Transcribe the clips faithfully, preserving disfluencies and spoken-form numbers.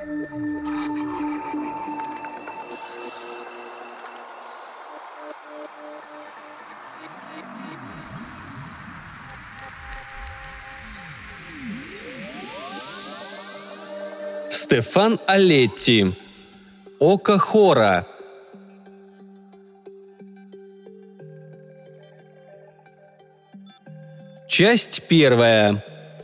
Стефан Алетти. Око Хора. Часть первая.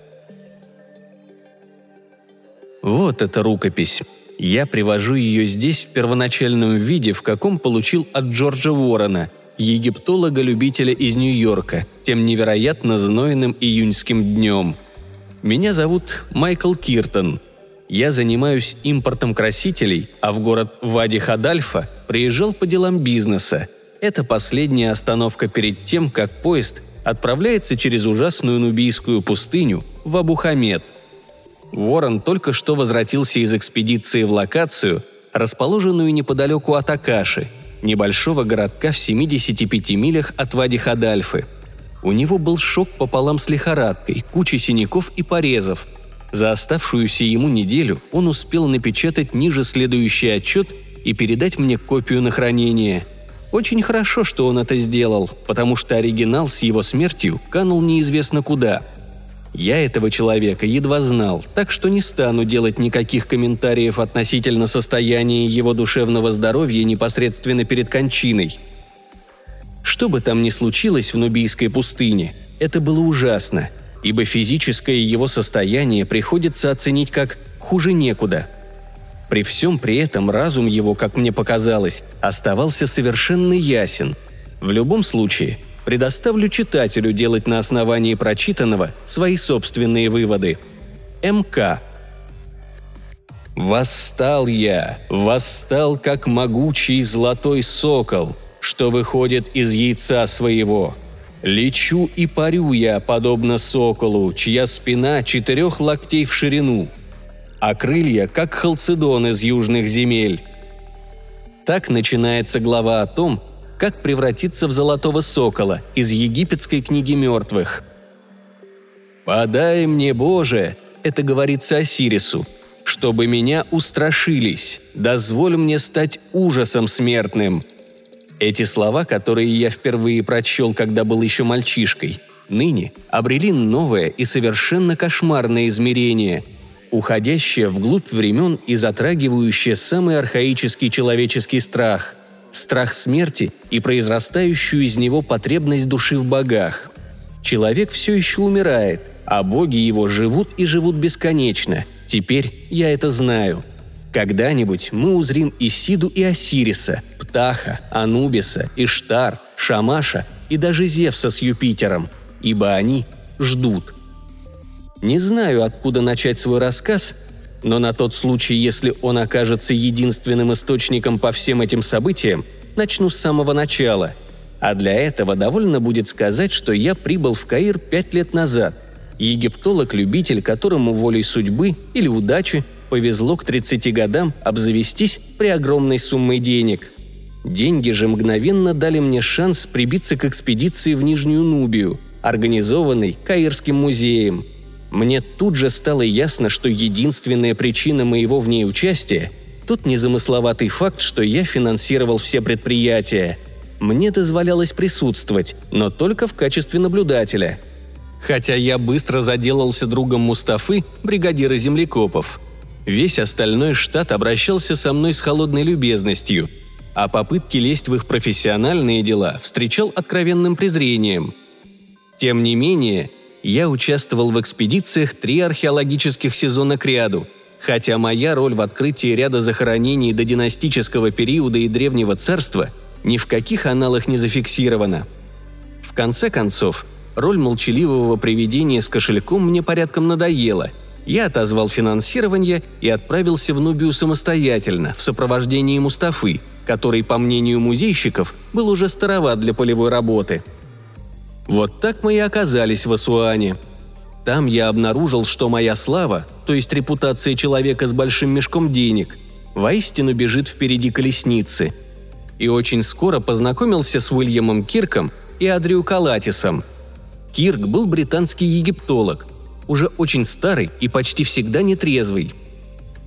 Вот эта рукопись. Я привожу ее здесь в первоначальном виде, в каком получил от Джорджа Уоррена, египтолога-любителя из Нью-Йорка, тем невероятно знойным июньским днем. Меня зовут Майкл Киртон. Я занимаюсь импортом красителей, а в город Вади-Хадальфа приезжал по делам бизнеса. Это последняя остановка перед тем, как поезд отправляется через ужасную нубийскую пустыню в Абу-Хамед. Уоррен только что возвратился из экспедиции в локацию, расположенную неподалеку от Акаши, небольшого городка в семидесяти пяти милях от Вади-Хадальфы. У него был шок пополам с лихорадкой, кучей синяков и порезов. За оставшуюся ему неделю он успел напечатать ниже следующий отчет и передать мне копию на хранение. Очень хорошо, что он это сделал, потому что оригинал с его смертью канул неизвестно куда. Я этого человека едва знал, так что не стану делать никаких комментариев относительно состояния его душевного здоровья непосредственно перед кончиной. Что бы там ни случилось в Нубийской пустыне, это было ужасно, ибо физическое его состояние приходится оценить как «хуже некуда». При всем при этом разум его, как мне показалось, оставался совершенно ясен. В любом случае, предоставлю читателю делать на основании прочитанного свои собственные выводы. эм ка. «Восстал я, восстал, как могучий золотой сокол, что выходит из яйца своего. Лечу и парю я, подобно соколу, чья спина четырех локтей в ширину, а крылья, как халцедон из южных земель». Так начинается глава о том, как превратиться в золотого сокола из египетской книги мертвых. «Подай мне, Боже», — это говорится Осирису, — «чтобы меня устрашились, дозволь мне стать ужасом смертным». Эти слова, которые я впервые прочел, когда был еще мальчишкой, ныне обрели новое и совершенно кошмарное измерение, уходящее вглубь времен и затрагивающее самый архаический человеческий страх – страх смерти и произрастающую из него потребность души в богах. Человек все еще умирает, а боги его живут и живут бесконечно. Теперь я это знаю. Когда-нибудь мы узрим Исиду и Осириса, Птаха, Анубиса, Иштар, Шамаша и даже Зевса с Юпитером, ибо они ждут. Не знаю, откуда начать свой рассказ, но на тот случай, если он окажется единственным источником по всем этим событиям, начну с самого начала. А для этого довольно будет сказать, что я прибыл в Каир пять лет назад, египтолог-любитель, которому волей судьбы или удачи повезло к тридцати годам обзавестись при огромной суммой денег. Деньги же мгновенно дали мне шанс прибиться к экспедиции в Нижнюю Нубию, организованной Каирским музеем. Мне тут же стало ясно, что единственная причина моего в ней участия – тот незамысловатый факт, что я финансировал все предприятия. Мне дозволялось присутствовать, но только в качестве наблюдателя. Хотя я быстро заделался другом Мустафы, бригадира землекопов. Весь остальной штат обращался со мной с холодной любезностью, а попытки лезть в их профессиональные дела встречал откровенным презрением. Тем не менее, я участвовал в экспедициях три археологических сезона кряду, хотя моя роль в открытии ряда захоронений до династического периода и Древнего царства ни в каких аналах не зафиксирована. В конце концов, роль молчаливого привидения с кошельком мне порядком надоела. Я отозвал финансирование и отправился в Нубию самостоятельно, в сопровождении Мустафы, который, по мнению музейщиков, был уже староват для полевой работы. Вот так мы и оказались в Асуане. Там я обнаружил, что моя слава, то есть репутация человека с большим мешком денег, воистину бежит впереди колесницы. И очень скоро познакомился с Уильямом Кирком и Адриу Калатисом. Кирк был британский египтолог, уже очень старый и почти всегда нетрезвый.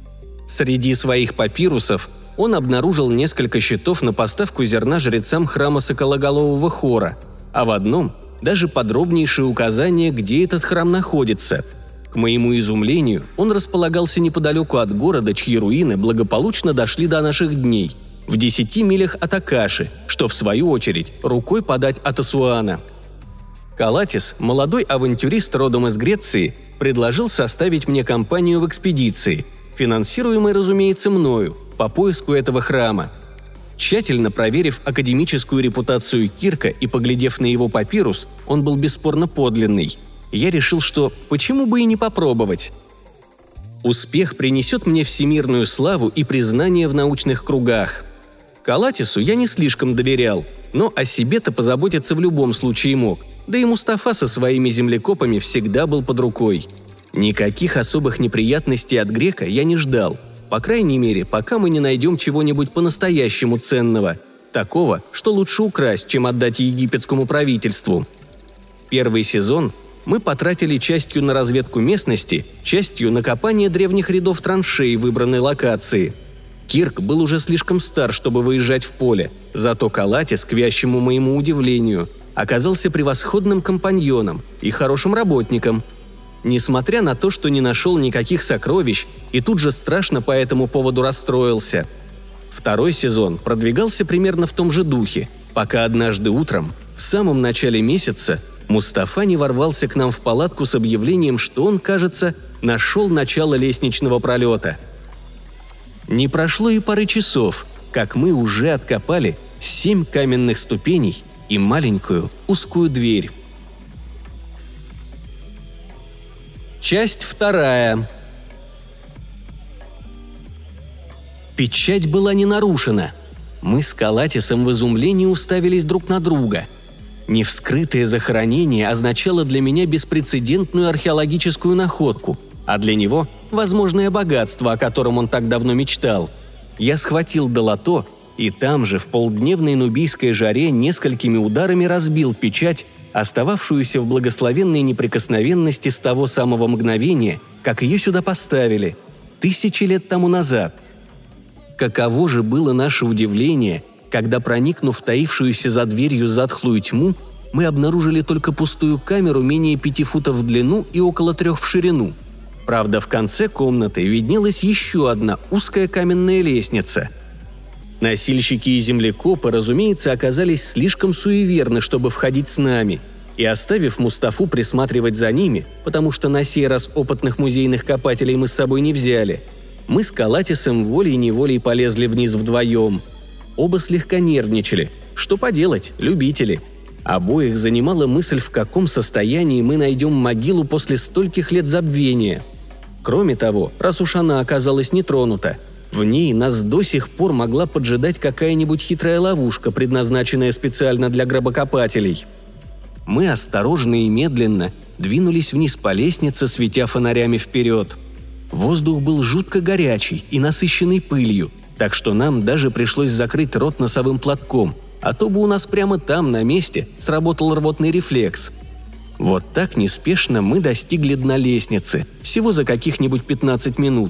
Среди своих папирусов он обнаружил несколько счетов на поставку зерна жрецам храма Сокологолового Хора, а в одном даже подробнейшее указание, где этот храм находится. К моему изумлению, он располагался неподалеку от города, чьи руины благополучно дошли до наших дней, в десяти милях от Акаши, что, в свою очередь, рукой подать от Асуана. Калатис, молодой авантюрист родом из Греции, предложил составить мне компанию в экспедиции, финансируемой, разумеется, мною, по поиску этого храма. Тщательно проверив академическую репутацию Кирка и поглядев на его папирус, он был бесспорно подлинный. Я решил, что почему бы и не попробовать. Успех принесет мне всемирную славу и признание в научных кругах. Калатису я не слишком доверял, но о себе-то позаботиться в любом случае мог, да и Мустафа со своими землекопами всегда был под рукой. Никаких особых неприятностей от грека я не ждал, по крайней мере, пока мы не найдем чего-нибудь по-настоящему ценного, такого, что лучше украсть, чем отдать египетскому правительству. Первый сезон мы потратили частью на разведку местности, частью на копание древних рядов траншей в выбранной локации. Кирк был уже слишком стар, чтобы выезжать в поле, зато Калатис, к вящему моему удивлению, оказался превосходным компаньоном и хорошим работником. Несмотря на то, что не нашел никаких сокровищ и тут же страшно по этому поводу расстроился. Второй сезон продвигался примерно в том же духе, пока однажды утром, в самом начале месяца, Мустафа не ворвался к нам в палатку с объявлением, что он, кажется, нашел начало лестничного пролета. Не прошло и пары часов, как мы уже откопали семь каменных ступеней и маленькую узкую дверь. Часть вторая. Печать была не нарушена. Мы с Калатисом в изумлении уставились друг на друга. Невскрытое захоронение означало для меня беспрецедентную археологическую находку, а для него – возможное богатство, о котором он так давно мечтал. Я схватил долото и там же, в полдневной нубийской жаре, несколькими ударами разбил печать, остававшуюся в благословенной неприкосновенности с того самого мгновения, как ее сюда поставили, тысячи лет тому назад. Каково же было наше удивление, когда, проникнув в таившуюся за дверью затхлую тьму, мы обнаружили только пустую камеру менее пяти футов в длину и около трех в ширину. Правда, в конце комнаты виднелась еще одна узкая каменная лестница. Носильщики и землекопы, разумеется, оказались слишком суеверны, чтобы входить с нами, и, оставив Мустафу присматривать за ними, потому что на сей раз опытных музейных копателей мы с собой не взяли, мы с Калатисом волей-неволей полезли вниз вдвоем. Оба слегка нервничали. Что поделать, любители. Обоих занимала мысль, в каком состоянии мы найдем могилу после стольких лет забвения. Кроме того, раз уж она оказалась не тронута, в ней нас до сих пор могла поджидать какая-нибудь хитрая ловушка, предназначенная специально для гробокопателей. Мы осторожно и медленно двинулись вниз по лестнице, светя фонарями вперед. Воздух был жутко горячий и насыщенный пылью, так что нам даже пришлось закрыть рот носовым платком, а то бы у нас прямо там, на месте, сработал рвотный рефлекс. Вот так неспешно мы достигли дна лестницы, всего за каких-нибудь пятнадцать минут.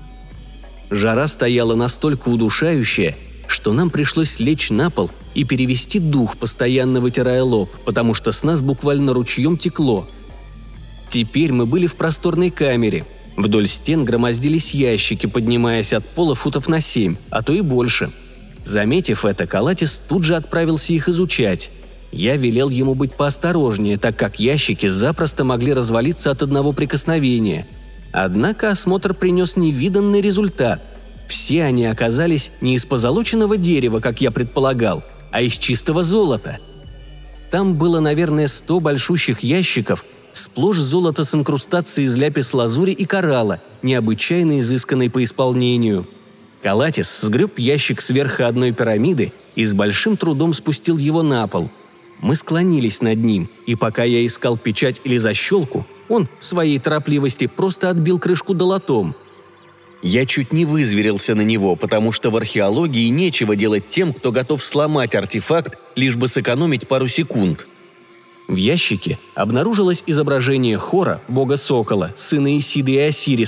Жара стояла настолько удушающая, что нам пришлось лечь на пол и перевести дух, постоянно вытирая лоб, потому что с нас буквально ручьем текло. Теперь мы были в просторной камере. Вдоль стен громоздились ящики, поднимаясь от пола футов на семь, а то и больше. Заметив это, Калатис тут же отправился их изучать. Я велел ему быть поосторожнее, так как ящики запросто могли развалиться от одного прикосновения. Однако осмотр принес невиданный результат. Все они оказались не из позолоченного дерева, как я предполагал, а из чистого золота. Там было, наверное, сто большущих ящиков, сплошь золото с инкрустацией из ляпис-лазури и коралла, необычайно изысканной по исполнению. Калатис сгреб ящик сверху одной пирамиды и с большим трудом спустил его на пол. Мы склонились над ним, и пока я искал печать или защелку, он в своей торопливости просто отбил крышку долотом. Я чуть не вызверился на него, потому что в археологии нечего делать тем, кто готов сломать артефакт, лишь бы сэкономить пару секунд. В ящике обнаружилось изображение Хора, бога Сокола, сына Исиды и Осириса,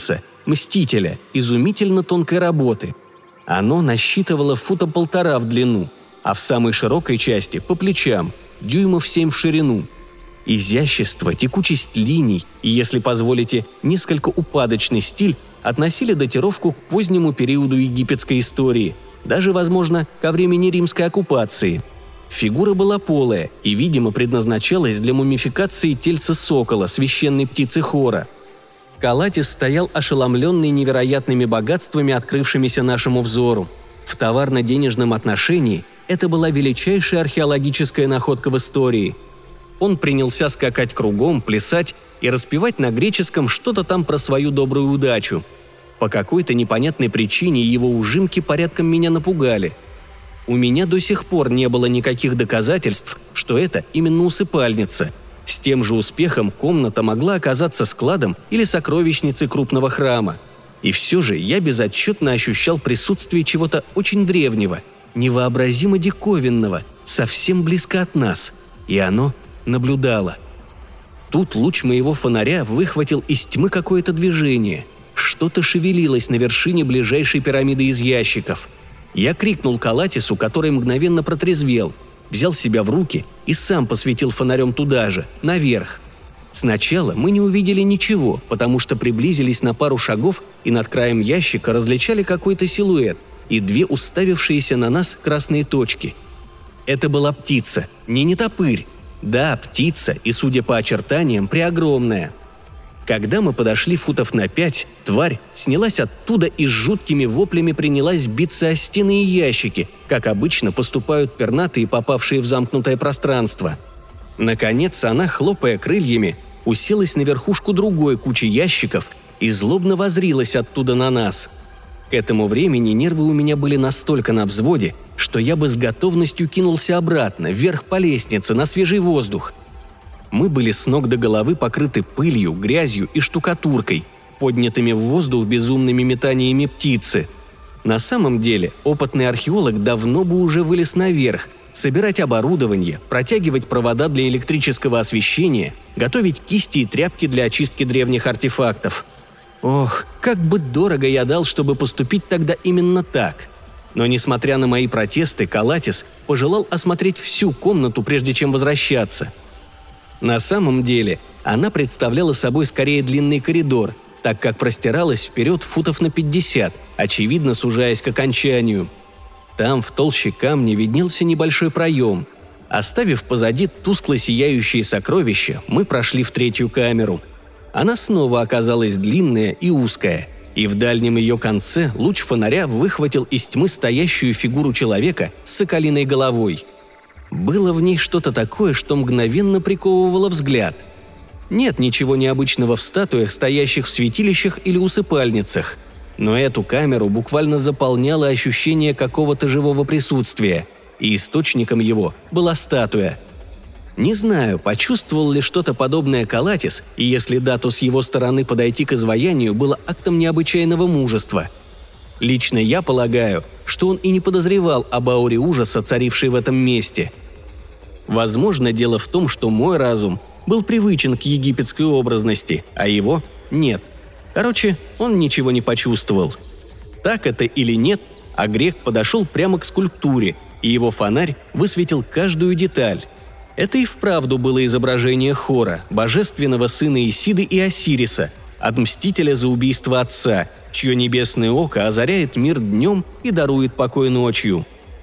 Мстителя, изумительно тонкой работы. Оно насчитывало фута полтора в длину, а в самой широкой части, по плечам, дюймов семь в ширину. Изящество, текучесть линий и, если позволите, несколько упадочный стиль относили датировку к позднему периоду египетской истории, даже, возможно, ко времени римской оккупации. Фигура была полая и, видимо, предназначалась для мумификации тельца сокола, священной птицы Хора. Калатис стоял ошеломленный невероятными богатствами, открывшимися нашему взору. В товарно-денежном отношении это была величайшая археологическая находка в истории. Он принялся скакать кругом, плясать и распевать на греческом что-то там про свою добрую удачу. По какой-то непонятной причине его ужимки порядком меня напугали. У меня до сих пор не было никаких доказательств, что это именно усыпальница. С тем же успехом комната могла оказаться складом или сокровищницей крупного храма. И все же я безотчетно ощущал присутствие чего-то очень древнего, невообразимо диковинного, совсем близко от нас. И оно наблюдало. Тут луч моего фонаря выхватил из тьмы какое-то движение. Что-то шевелилось на вершине ближайшей пирамиды из ящиков. Я крикнул Калатису, который мгновенно протрезвел, взял себя в руки и сам посветил фонарем туда же, наверх. Сначала мы не увидели ничего, потому что приблизились на пару шагов и над краем ящика различали какой-то силуэт и две уставившиеся на нас красные точки. Это была птица, не нетопырь. Да, птица, и, судя по очертаниям, преогромная. Когда мы подошли футов на пять, тварь снялась оттуда и с жуткими воплями принялась биться о стены и ящики, как обычно поступают пернатые, попавшие в замкнутое пространство. Наконец она, хлопая крыльями, уселась на верхушку другой кучи ящиков и злобно воззрилась оттуда на нас. К этому времени нервы у меня были настолько на взводе, что я бы с готовностью кинулся обратно, вверх по лестнице, на свежий воздух. Мы были с ног до головы покрыты пылью, грязью и штукатуркой, поднятыми в воздух безумными метаниями птицы. На самом деле, опытный археолог давно бы уже вылез наверх, собирать оборудование, протягивать провода для электрического освещения, готовить кисти и тряпки для очистки древних артефактов. Ох, как бы дорого я дал, чтобы поступить тогда именно так. Но, несмотря на мои протесты, Калатис пожелал осмотреть всю комнату, прежде чем возвращаться. На самом деле, она представляла собой скорее длинный коридор, так как простиралась вперед футов на пятьдесят, очевидно сужаясь к окончанию. Там, в толще камня, виднелся небольшой проем. Оставив позади тускло сияющие сокровища, мы прошли в третью камеру. Она снова оказалась длинная и узкая, и в дальнем ее конце луч фонаря выхватил из тьмы стоящую фигуру человека с соколиной головой. Было в ней что-то такое, что мгновенно приковывало взгляд. Нет ничего необычного в статуях, стоящих в святилищах или усыпальницах, но эту камеру буквально заполняло ощущение какого-то живого присутствия, и источником его была статуя. Не знаю, почувствовал ли что-то подобное Калатис, и если да, то с его стороны подойти к изваянию было актом необычайного мужества. Лично я полагаю, что он и не подозревал об ауре ужаса, царившей в этом месте. Возможно, дело в том, что мой разум был привычен к египетской образности, а его – нет. Короче, он ничего не почувствовал. Так это или нет, а грек подошел прямо к скульптуре, и его фонарь высветил каждую деталь. Это и вправду было изображение Хора, божественного сына Исиды и Осириса, от мстителя за убийство отца, чье небесное око озаряет мир днем и дарует покой ночью.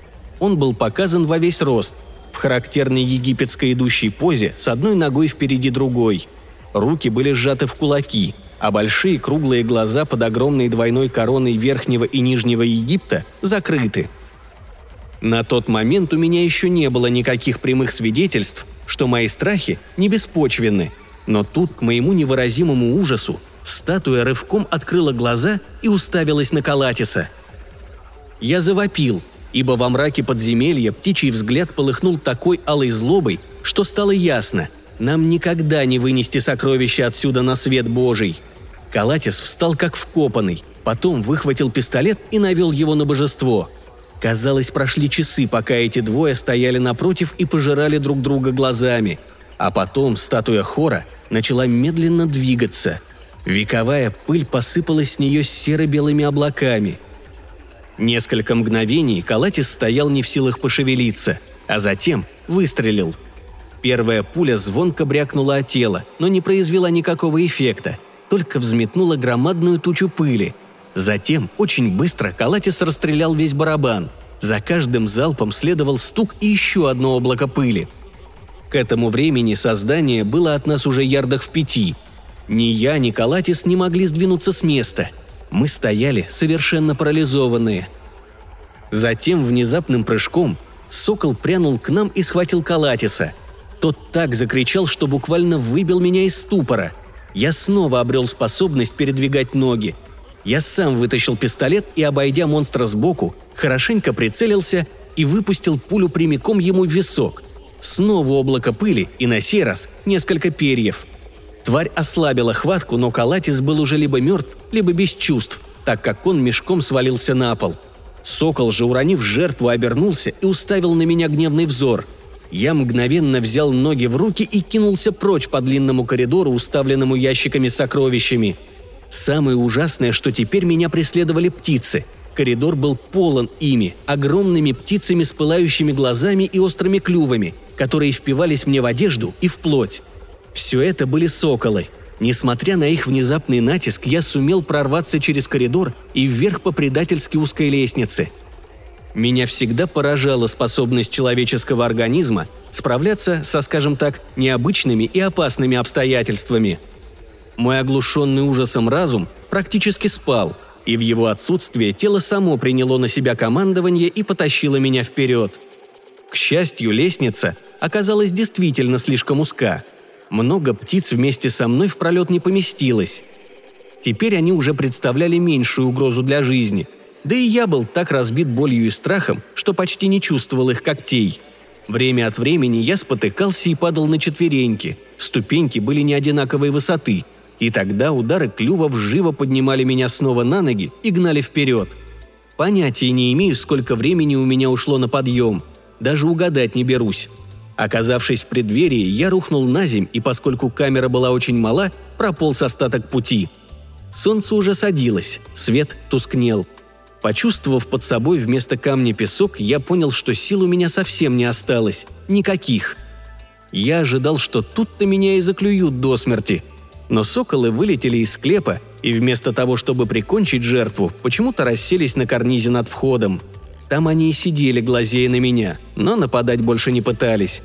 Он был показан во весь рост, в характерной египетской идущей позе с одной ногой впереди другой. Руки были сжаты в кулаки, а большие круглые глаза под огромной двойной короной Верхнего и Нижнего Египта закрыты. На тот момент у меня еще не было никаких прямых свидетельств, что мои страхи не беспочвенны, но тут, к моему невыразимому ужасу, статуя рывком открыла глаза и уставилась на Калатиса. Я завопил, ибо во мраке подземелья птичий взгляд полыхнул такой алой злобой, что стало ясно – нам никогда не вынести сокровища отсюда на свет Божий. Калатис встал как вкопанный, потом выхватил пистолет и навел его на божество. Казалось, прошли часы, пока эти двое стояли напротив и пожирали друг друга глазами. А потом статуя Хора начала медленно двигаться. Вековая пыль посыпалась с нее серо-белыми облаками. Несколько мгновений Калатис стоял не в силах пошевелиться, а затем выстрелил. Первая пуля звонко брякнула о тело, но не произвела никакого эффекта, только взметнула громадную тучу пыли. Затем очень быстро Калатис расстрелял весь барабан. За каждым залпом следовал стук и еще одно облако пыли. К этому времени создание было от нас уже ярдах в пяти. Ни я, ни Калатис не могли сдвинуться с места. Мы стояли совершенно парализованные. Затем внезапным прыжком сокол прянул к нам и схватил Калатиса. Тот так закричал, что буквально выбил меня из ступора. Я снова обрел способность передвигать ноги. Я сам вытащил пистолет и, обойдя монстра сбоку, хорошенько прицелился и выпустил пулю прямиком ему в висок. Снова облако пыли и на сей раз несколько перьев. Тварь ослабила хватку, но Калатис был уже либо мертв, либо без чувств, так как он мешком свалился на пол. Сокол же, уронив жертву, обернулся и уставил на меня гневный взор. Я мгновенно взял ноги в руки и кинулся прочь по длинному коридору, уставленному ящиками с сокровищами. Самое ужасное, что теперь меня преследовали птицы. Коридор был полон ими, огромными птицами с пылающими глазами и острыми клювами, которые впивались мне в одежду и в плоть. Все это были соколы. Несмотря на их внезапный натиск, я сумел прорваться через коридор и вверх по предательски узкой лестнице. Меня всегда поражала способность человеческого организма справляться со, скажем так, необычными и опасными обстоятельствами. Мой оглушенный ужасом разум практически спал, и в его отсутствие тело само приняло на себя командование и потащило меня вперед. К счастью, лестница оказалась действительно слишком узка. Много птиц вместе со мной в пролет не поместилось. Теперь они уже представляли меньшую угрозу для жизни. Да и я был так разбит болью и страхом, что почти не чувствовал их когтей. Время от времени я спотыкался и падал на четвереньки. Ступеньки были не одинаковой высоты. И тогда удары клювов живо поднимали меня снова на ноги и гнали вперед. Понятия не имею, сколько времени у меня ушло на подъем. Даже угадать не берусь. Оказавшись в преддверии, я рухнул наземь и, поскольку камера была очень мала, прополз остаток пути. Солнце уже садилось, свет тускнел. Почувствовав под собой вместо камня песок, я понял, что сил у меня совсем не осталось. Никаких. Я ожидал, что тут-то меня и заклюют до смерти. Но соколы вылетели из склепа и вместо того, чтобы прикончить жертву, почему-то расселись на карнизе над входом. Там они и сидели, глазея на меня, но нападать больше не пытались.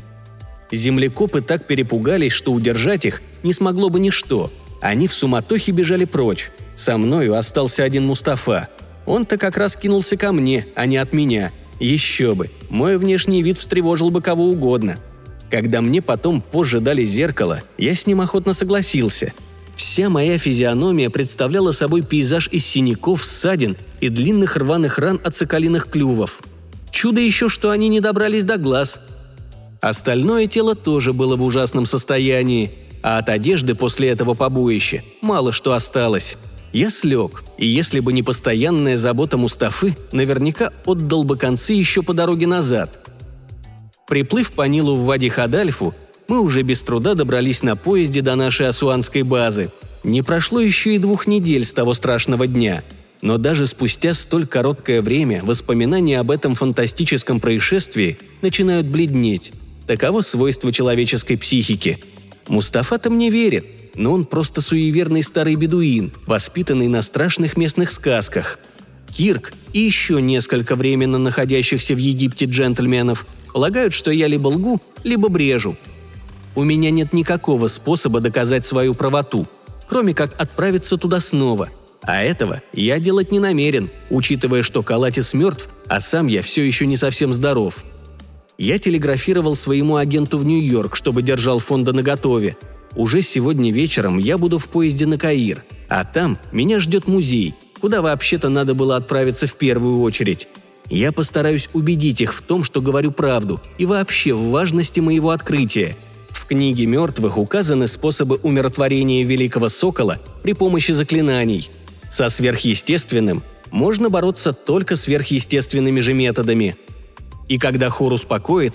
Землекопы так перепугались, что удержать их не смогло бы ничто. Они в суматохе бежали прочь. Со мною остался один Мустафа. Он-то как раз кинулся ко мне, а не от меня. Еще бы, мой внешний вид встревожил бы кого угодно. Когда мне потом позже дали зеркало, я с ним охотно согласился. Вся моя физиономия представляла собой пейзаж из синяков, ссадин и длинных рваных ран от соколиных клювов. Чудо еще, что они не добрались до глаз. Остальное тело тоже было в ужасном состоянии, а от одежды после этого побоища мало что осталось. Я слег, и если бы не постоянная забота Мустафы, наверняка отдал бы концы еще по дороге назад. Приплыв по Нилу в Вади-Хадальфу, мы уже без труда добрались на поезде до нашей ассуанской базы. Не прошло еще и двух недель с того страшного дня. Но даже спустя столь короткое время воспоминания об этом фантастическом происшествии начинают бледнеть. Таково свойство человеческой психики. Мустафа-то мне верит, но он просто суеверный старый бедуин, воспитанный на страшных местных сказках. Кирк и еще несколько временно находящихся в Египте джентльменов полагают, что я либо лгу, либо брежу. У меня нет никакого способа доказать свою правоту, кроме как отправиться туда снова. А этого я делать не намерен, учитывая, что Калатис мертв, а сам я все еще не совсем здоров. Я телеграфировал своему агенту в Нью-Йорк, чтобы держал фонда наготове. Уже сегодня вечером я буду в поезде на Каир, а там меня ждет музей, куда вообще-то надо было отправиться в первую очередь. Я постараюсь убедить их в том, что говорю правду, и вообще в важности моего открытия. В книге мертвых указаны способы умиротворения великого сокола при помощи заклинаний. Со сверхъестественным можно бороться только сверхъестественными же методами. И когда Хор успокоится,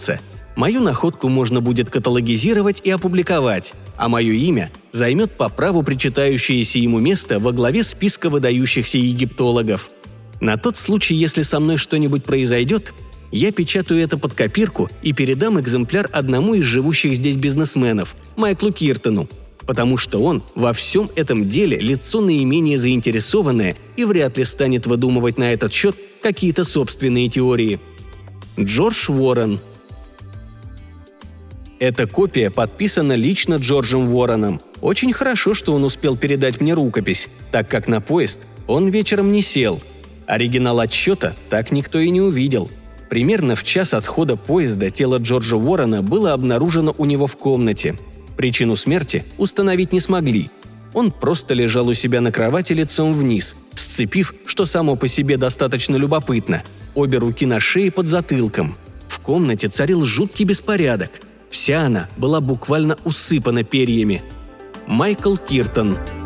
Мою находку можно будет каталогизировать и опубликовать, а мое имя займет по праву причитающееся ему место во главе списка выдающихся египтологов. На тот случай, если со мной что-нибудь произойдет, я печатаю это под копирку и передам экземпляр одному из живущих здесь бизнесменов, Майклу Киртону, потому что он во всем этом деле лицо наименее заинтересованное и вряд ли станет выдумывать на этот счет какие-то собственные теории. Джордж Уоррен. Эта копия подписана лично Джорджем Уорреном. Очень хорошо, что он успел передать мне рукопись, так как на поезд он вечером не сел. Оригинал отчета так никто и не увидел. Примерно в час отхода поезда тело Джорджа Уоррена было обнаружено у него в комнате. Причину смерти установить не смогли. Он просто лежал у себя на кровати лицом вниз, сцепив, что само по себе достаточно любопытно, обе руки на шее под затылком. В комнате царил жуткий беспорядок. Вся она была буквально усыпана перьями. Майкл Киртон.